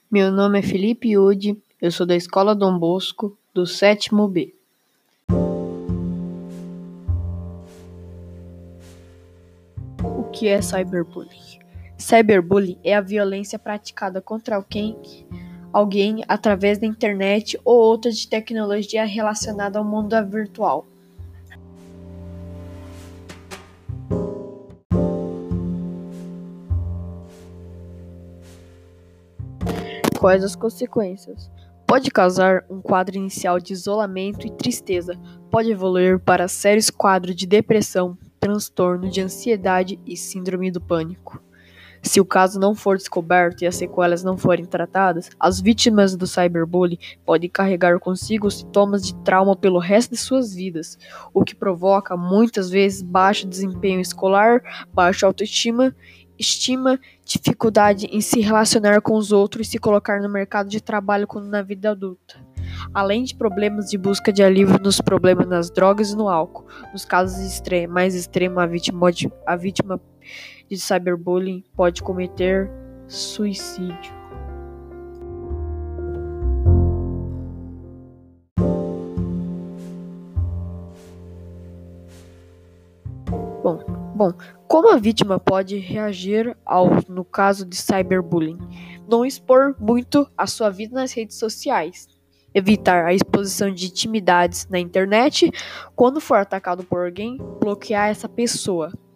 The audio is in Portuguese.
Meu nome é Felipe Yudi, eu sou da Escola Dom Bosco, do 7º B. O que é cyberbullying? Cyberbullying é a violência praticada contra alguém através da internet ou outra de tecnologia relacionada ao mundo virtual. Quais as consequências? Pode causar um quadro inicial de isolamento e tristeza, pode evoluir para sérios quadros de depressão, transtorno de ansiedade e síndrome do pânico. Se o caso não for descoberto e as sequelas não forem tratadas, as vítimas do cyberbullying podem carregar consigo sintomas de trauma pelo resto de suas vidas, o que provoca muitas vezes baixo desempenho escolar, baixa autoestima, dificuldade em se relacionar com os outros e se colocar no mercado de trabalho quando na vida adulta. Além de problemas de busca de alívio nos problemas nas drogas e no álcool. Nos casos mais extremos, a vítima de cyberbullying pode cometer suicídio. Bom, como a vítima pode reagir no caso de cyberbullying? Não expor muito a sua vida nas redes sociais. Evitar a exposição de intimidades na internet. Quando for atacado por alguém, bloquear essa pessoa.